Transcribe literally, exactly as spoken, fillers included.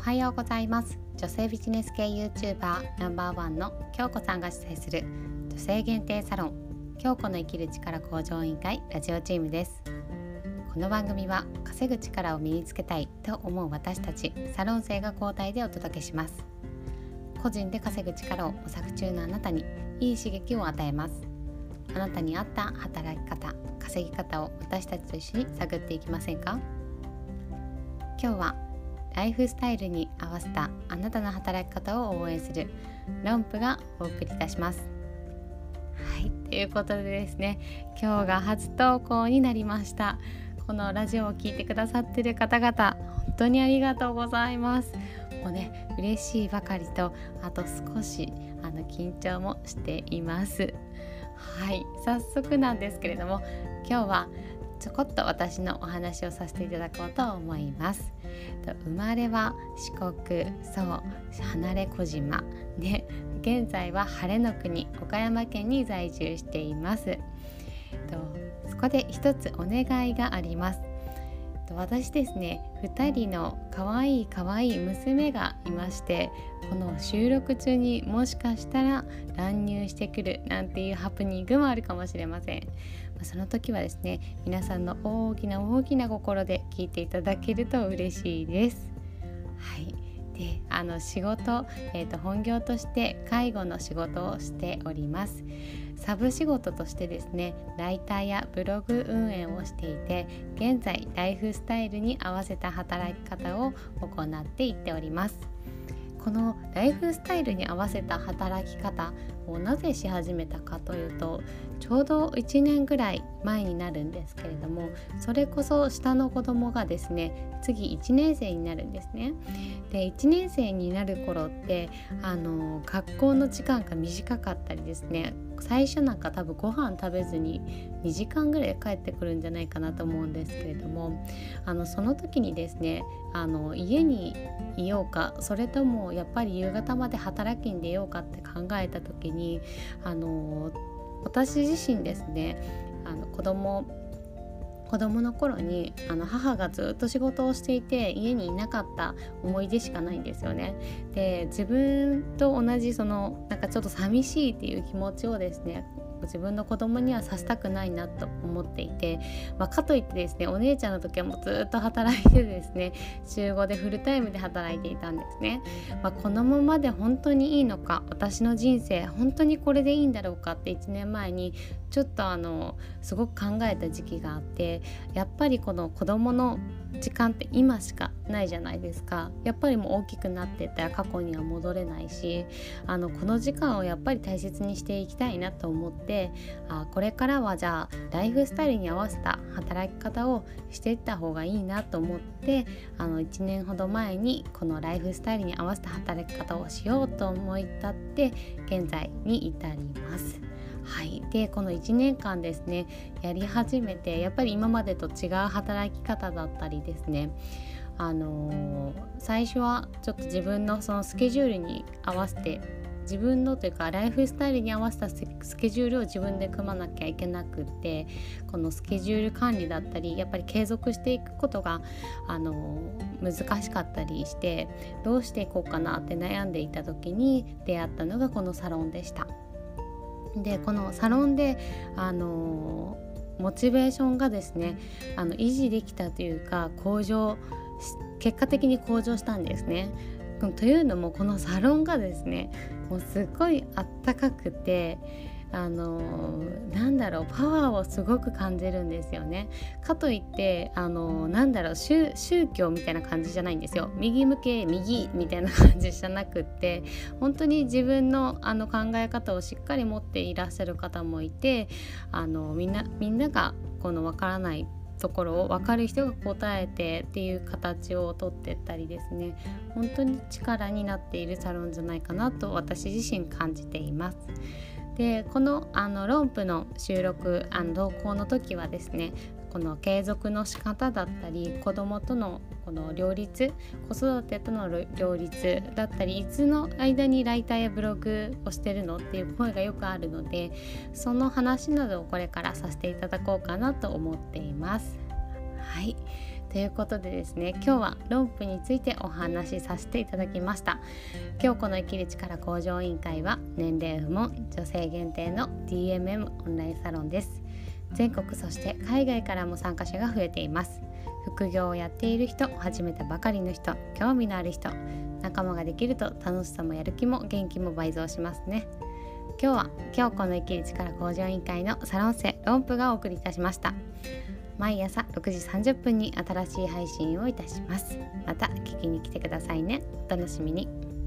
はようございます。女性ビジネス系 YouTuber ナンバーワンの京子さんが主催する女性限定サロン京子の生きる力向上委員会ラジオチームです。この番組は稼ぐ力を身につけたいと思う私たちサロン生が交代でお届けします。個人で稼ぐ力を模索中のあなたにいい刺激を与えます。あなたに合った働き方、稼ぎ方を私たちと一緒に探っていきませんか？今日はライフスタイルに合わせたあなたの働き方を応援するロンプがお送りいたします。はい、ということでですね、今日が初投稿になりました。このラジオを聞いてくださっている方々、本当にありがとうございます。もうね、嬉しいばかりと、あと少しあの緊張もしています。はい、早速なんですけれども、今日はちょこっと私のお話をさせていただこうと思います。生まれは四国、そう離れ小島で、現在は晴れの国岡山県に在住しています。そこで一つお願いがあります。私ですね、ふたりのかわいいかわいい娘がいまして、この収録中にもしかしたら乱入してくるなんていうハプニングもあるかもしれません。その時はですね、皆さんの大きな大きな心で聞いていただけると嬉しいです。はい。で、あの仕事、えーと、本業として介護の仕事をしております。サブ仕事としてですね、ライターやブログ運営をしていて、現在ライフスタイルに合わせた働き方を行っていっております。このライフスタイルに合わせた働き方をなぜし始めたかというと、ちょうどいちねんぐらい前になるんですけれども、それこそ下の子供がですね、次いちねん生になるんですね。で、いちねん生になる頃ってあの学校の時間が短かったりですね、最初なんか多分ご飯食べずににじかんぐらい帰ってくるんじゃないかなと思うんですけれども、あのその時にですね、あの家にいようか、それともやっぱり夕方まで働きに出ようかって考えた時に、あの私自身ですね、あの子供子供の頃にあの母がずっと仕事をしていて家にいなかった思い出しかないんですよね。で、自分と同じそのなんかちょっと寂しいっていう気持ちをですね、自分の子供にはさせたくないなと思っていて、まあ、かといってですね、お姉ちゃんの時はもうずっと働いてですね、週ごでフルタイムで働いていたんですね。まあ、このままで本当にいいのか、私の人生本当にこれでいいんだろうかっていちねんまえにちょっとあのすごく考えた時期があって、やっぱりこの子供の時間って今しかないじゃないですか。やっぱりもう大きくなっていったら過去には戻れないし、あのこの時間をやっぱり大切にしていきたいなと思って、あこれからはじゃあライフスタイルに合わせた働き方をしていった方がいいなと思って、あのいちねんほど前にこのライフスタイルに合わせた働き方をしようと思い立って現在に至ります。はい、でこのいちねんかんですね、やり始めてやっぱり今までと違う働き方だったりですね、あのー、最初はちょっと自分のそのスケジュールに合わせて、自分のというかライフスタイルに合わせたスケジュールを自分で組まなきゃいけなくって、このスケジュール管理だったりやっぱり継続していくことが、あのー、難しかったりして、どうしていこうかなって悩んでいた時に出会ったのがこのサロンでした。で、このサロンであのモチベーションがですね、あの維持できたというか、向上結果的に向上したんですね。というのも、このサロンがですね、もうすごいあったかくて、あのなんだろうパワーをすごく感じるんですよね。かといってあのなんだろう 宗, 宗教みたいな感じじゃないんですよ。右向け右みたいな感じじゃなくって、本当に自分のあの考え方をしっかり持っていらっしゃる方もいて、あのみんなみんながこの分からないところを分かる人が答えてっていう形をとってったりですね、本当に力になっているサロンじゃないかなと私自身感じています。で、このあのロンプの収録あの同行の時はですね、この継続の仕方だったり、子どもとのこの両立、子育てとの両立だったり、いつの間にライターやブログをしてるのっていう声がよくあるので、その話などをこれからさせていただこうかなと思っています。はい。 ということでですね、今日はロンプについてお話しさせていただきました。京子の生きる力向上委員会は年齢不問、女性限定の ディーエムエム オンラインサロンです。全国そして海外からも参加者が増えています。副業をやっている人、始めたばかりの人、興味のある人、仲間ができると楽しさもやる気も元気も倍増しますね。今日は京子の生きる力向上委員会のサロン生ロンプがお送りいたしました。毎朝ろくじさんじゅっぷんに新しい配信をいたします。また聞きに来てくださいね。お楽しみに。